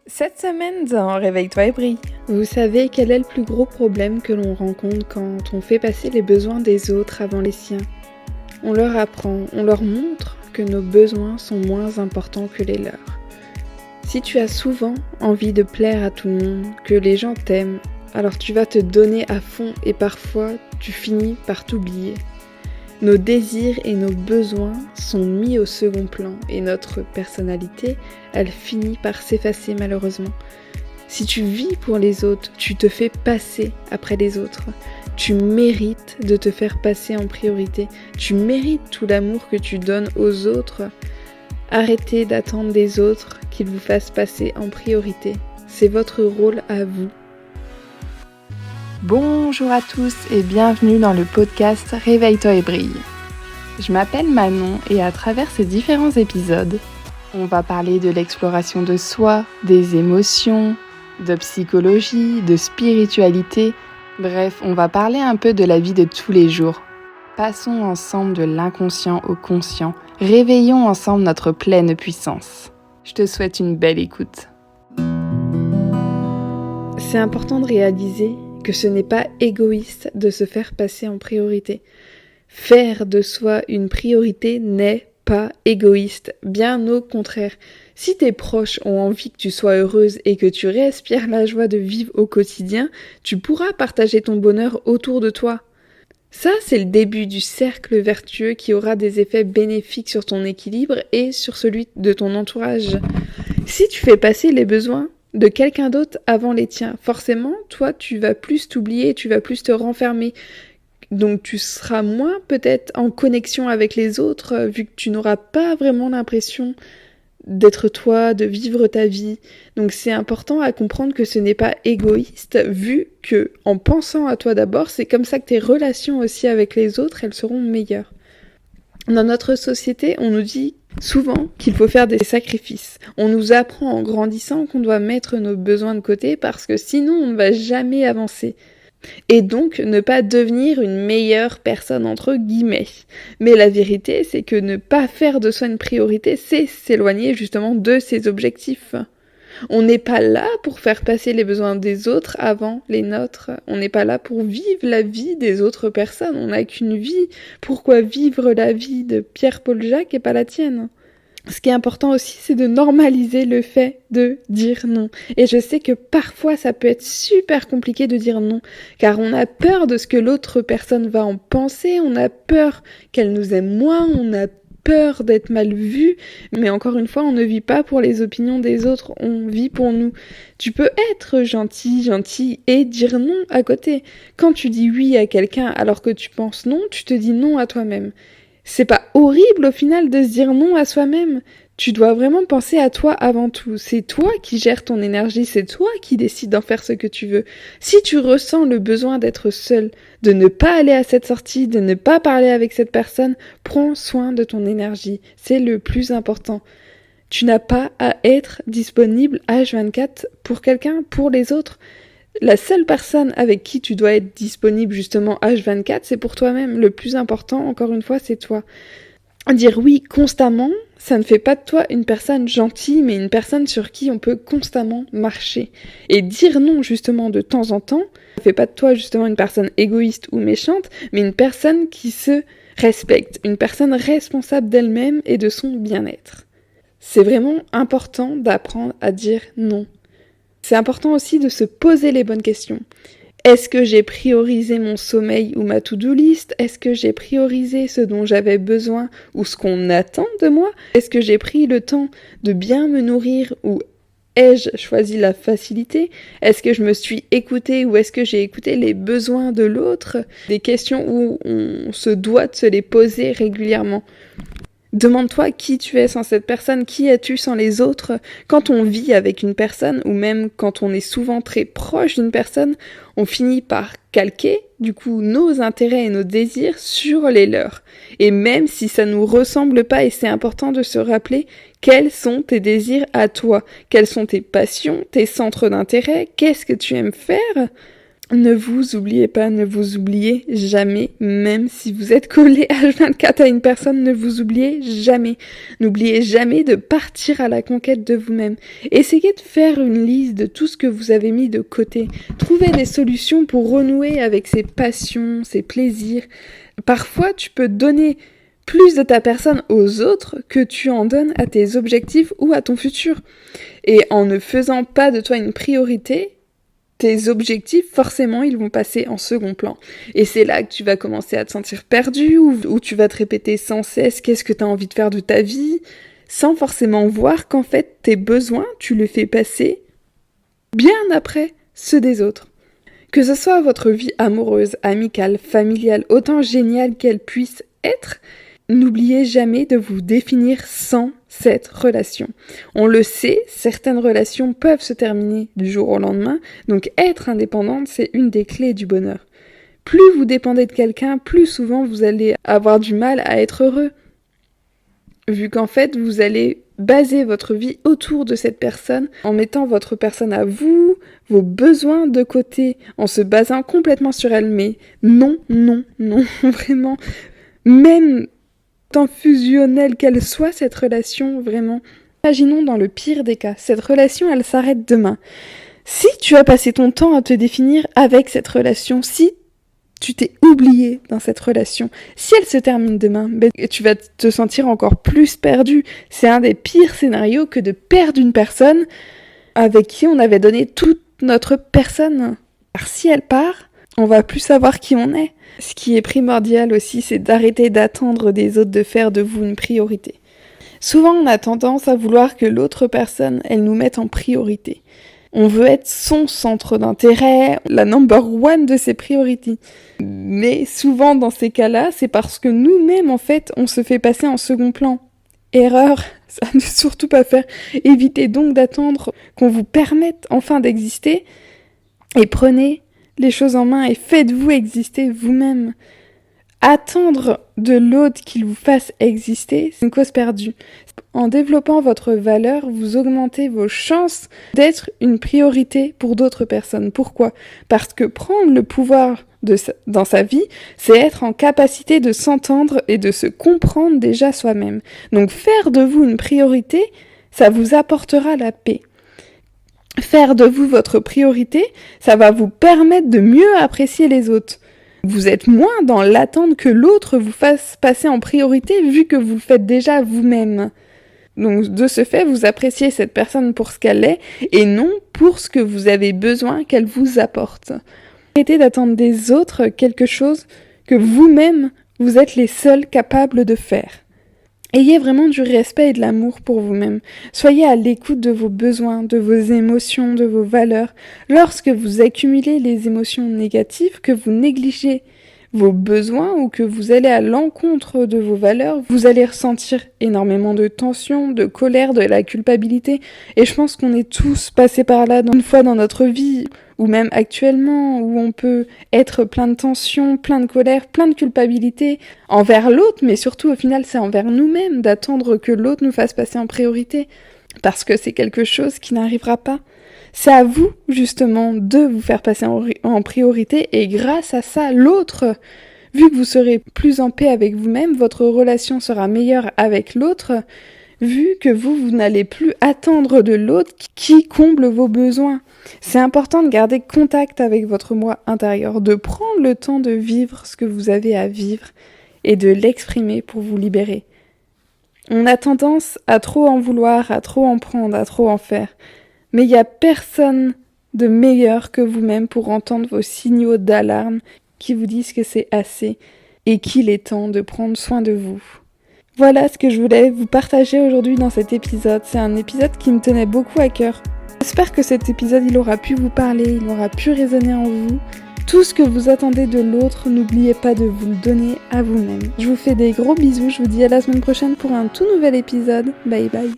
Cette semaine dans Réveille-toi et brille. Vous savez quel est le plus gros problème que l'on rencontre quand on fait passer les besoins des autres avant les siens ? On leur apprend, on leur montre que nos besoins sont moins importants que les leurs. Si tu as souvent envie de plaire à tout le monde, que les gens t'aiment, alors tu vas te donner à fond et parfois tu finis par t'oublier. Nos désirs et nos besoins sont mis au second plan et notre personnalité, elle finit par s'effacer malheureusement. Si tu vis pour les autres, tu te fais passer après les autres. Tu mérites de te faire passer en priorité. Tu mérites tout l'amour que tu donnes aux autres. Arrêtez d'attendre des autres qu'ils vous fassent passer en priorité. C'est votre rôle à vous. Bonjour à tous et bienvenue dans le podcast Réveille-toi et brille. Je m'appelle Manon et à travers ces différents épisodes, on va parler de l'exploration de soi, des émotions, de psychologie, de spiritualité. Bref, on va parler un peu de la vie de tous les jours. Passons ensemble de l'inconscient au conscient. Réveillons ensemble notre pleine puissance. Je te souhaite une belle écoute. C'est important de réaliser que ce n'est pas égoïste de se faire passer en priorité. Faire de soi une priorité n'est pas égoïste, bien au contraire. Si tes proches ont envie que tu sois heureuse et que tu respires la joie de vivre au quotidien, tu pourras partager ton bonheur autour de toi. Ça, c'est le début du cercle vertueux qui aura des effets bénéfiques sur ton équilibre et sur celui de ton entourage. Si tu fais passer les besoins de quelqu'un d'autre avant les tiens, forcément, toi, tu vas plus t'oublier, tu vas plus te renfermer. Donc tu seras moins peut-être en connexion avec les autres, vu que tu n'auras pas vraiment l'impression d'être toi, de vivre ta vie. Donc c'est important à comprendre que ce n'est pas égoïste, vu que en pensant à toi d'abord, c'est comme ça que tes relations aussi avec les autres, elles seront meilleures. Dans notre société, on nous dit souvent qu'il faut faire des sacrifices. On nous apprend en grandissant qu'on doit mettre nos besoins de côté parce que sinon on ne va jamais avancer. Et donc ne pas devenir une meilleure personne entre guillemets. Mais la vérité, c'est que ne pas faire de soi une priorité, c'est s'éloigner justement de ses objectifs. On n'est pas là pour faire passer les besoins des autres avant les nôtres. On n'est pas là pour vivre la vie des autres personnes. On n'a qu'une vie. Pourquoi vivre la vie de Pierre-Paul Jacques et pas la tienne ? Ce qui est important aussi, c'est de normaliser le fait de dire non. Et je sais que parfois, ça peut être super compliqué de dire non, car on a peur de ce que l'autre personne va en penser, on a peur qu'elle nous aime moins, on a peur d'être mal vu, mais encore une fois, on ne vit pas pour les opinions des autres, on vit pour nous. Tu peux être gentil et dire non à côté. Quand tu dis oui à quelqu'un alors que tu penses non, tu te dis non à toi-même. C'est pas horrible au final de se dire non à soi-même. Tu dois vraiment penser à toi avant tout. C'est toi qui gères ton énergie, c'est toi qui décides d'en faire ce que tu veux. Si tu ressens le besoin d'être seul, de ne pas aller à cette sortie, de ne pas parler avec cette personne, prends soin de ton énergie. C'est le plus important. Tu n'as pas à être disponible H24 pour quelqu'un, pour les autres. La seule personne avec qui tu dois être disponible justement H24, c'est pour toi-même. Le plus important, encore une fois, c'est toi. Dire oui constamment, ça ne fait pas de toi une personne gentille, mais une personne sur qui on peut constamment marcher. Et dire non justement de temps en temps, ça ne fait pas de toi justement une personne égoïste ou méchante, mais une personne qui se respecte, une personne responsable d'elle-même et de son bien-être. C'est vraiment important d'apprendre à dire non. C'est important aussi de se poser les bonnes questions. Est-ce que j'ai priorisé mon sommeil ou ma to-do list ? Est-ce que j'ai priorisé ce dont j'avais besoin ou ce qu'on attend de moi ? Est-ce que j'ai pris le temps de bien me nourrir ou ai-je choisi la facilité ? Est-ce que je me suis écoutée ou est-ce que j'ai écouté les besoins de l'autre ? Des questions où on se doit de se les poser régulièrement. Demande-toi qui tu es sans cette personne, qui es-tu sans les autres. Quand on vit avec une personne, ou même quand on est souvent très proche d'une personne, on finit par calquer, du coup, nos intérêts et nos désirs sur les leurs. Et même si ça nous ressemble pas, et c'est important de se rappeler quels sont tes désirs à toi, quelles sont tes passions, tes centres d'intérêt, qu'est-ce que tu aimes faire ? Ne vous oubliez pas, ne vous oubliez jamais, même si vous êtes collé H24 à une personne, ne vous oubliez jamais. N'oubliez jamais de partir à la conquête de vous-même. Essayez de faire une liste de tout ce que vous avez mis de côté. Trouvez des solutions pour renouer avec ses passions, ses plaisirs. Parfois, tu peux donner plus de ta personne aux autres que tu en donnes à tes objectifs ou à ton futur. Et en ne faisant pas de toi une priorité, tes objectifs, forcément, ils vont passer en second plan. Et c'est là que tu vas commencer à te sentir perdu, ou tu vas te répéter sans cesse qu'est-ce que tu as envie de faire de ta vie, sans forcément voir qu'en fait, tes besoins, tu les fais passer bien après ceux des autres. Que ce soit votre vie amoureuse, amicale, familiale, autant géniale qu'elle puisse être, n'oubliez jamais de vous définir sans cette relation. On le sait, certaines relations peuvent se terminer du jour au lendemain, donc être indépendante, c'est une des clés du bonheur. Plus vous dépendez de quelqu'un, plus souvent vous allez avoir du mal à être heureux, vu qu'en fait, vous allez baser votre vie autour de cette personne, en mettant votre personne à vous, vos besoins de côté, en se basant complètement sur elle. Mais non, vraiment, même tant fusionnelle qu'elle soit, cette relation, vraiment. Imaginons dans le pire des cas, cette relation, elle s'arrête demain. Si tu as passé ton temps à te définir avec cette relation, si tu t'es oublié dans cette relation, si elle se termine demain, tu vas te sentir encore plus perdu. C'est un des pires scénarios que de perdre une personne avec qui on avait donné toute notre personne. Car si elle part, on va plus savoir qui on est. Ce qui est primordial aussi, c'est d'arrêter d'attendre des autres de faire de vous une priorité. Souvent, on a tendance à vouloir que l'autre personne, elle nous mette en priorité. On veut être son centre d'intérêt, la number one de ses priorités. Mais souvent, dans ces cas-là, c'est parce que nous-mêmes, en fait, on se fait passer en second plan. Erreur, ça ne surtout pas faire. Évitez donc d'attendre qu'on vous permette enfin d'exister et prenez les choses en main et faites-vous exister vous-même. Attendre de l'autre qu'il vous fasse exister, c'est une cause perdue. En développant votre valeur, vous augmentez vos chances d'être une priorité pour d'autres personnes. Pourquoi ? Parce que prendre le pouvoir dans sa vie, c'est être en capacité de s'entendre et de se comprendre déjà soi-même. Donc faire de vous une priorité, ça vous apportera la paix. Faire de vous votre priorité, ça va vous permettre de mieux apprécier les autres. Vous êtes moins dans l'attente que l'autre vous fasse passer en priorité vu que vous le faites déjà vous-même. Donc de ce fait, vous appréciez cette personne pour ce qu'elle est et non pour ce que vous avez besoin qu'elle vous apporte. Arrêtez d'attendre des autres quelque chose que vous-même, vous êtes les seuls capables de faire. Ayez vraiment du respect et de l'amour pour vous-même. Soyez à l'écoute de vos besoins, de vos émotions, de vos valeurs. Lorsque vous accumulez les émotions négatives, que vous négligez vos besoins ou que vous allez à l'encontre de vos valeurs, vous allez ressentir énormément de tension, de colère, de la culpabilité. Et je pense qu'on est tous passés par là une fois dans notre vie, ou même actuellement, où on peut être plein de tension, plein de colère, plein de culpabilité envers l'autre, mais surtout au final c'est envers nous-mêmes d'attendre que l'autre nous fasse passer en priorité, parce que c'est quelque chose qui n'arrivera pas. C'est à vous, justement, de vous faire passer en priorité, et grâce à ça, l'autre, vu que vous serez plus en paix avec vous-même, votre relation sera meilleure avec l'autre, vu que vous n'allez plus attendre de l'autre qui comble vos besoins. C'est important de garder contact avec votre moi intérieur, de prendre le temps de vivre ce que vous avez à vivre et de l'exprimer pour vous libérer. On a tendance à trop en vouloir, à trop en prendre, à trop en faire. Mais il n'y a personne de meilleur que vous-même pour entendre vos signaux d'alarme qui vous disent que c'est assez et qu'il est temps de prendre soin de vous. Voilà ce que je voulais vous partager aujourd'hui dans cet épisode. C'est un épisode qui me tenait beaucoup à cœur. J'espère que cet épisode, il aura pu vous parler, il aura pu résonner en vous. Tout ce que vous attendez de l'autre, n'oubliez pas de vous le donner à vous-même. Je vous fais des gros bisous, je vous dis à la semaine prochaine pour un tout nouvel épisode. Bye bye.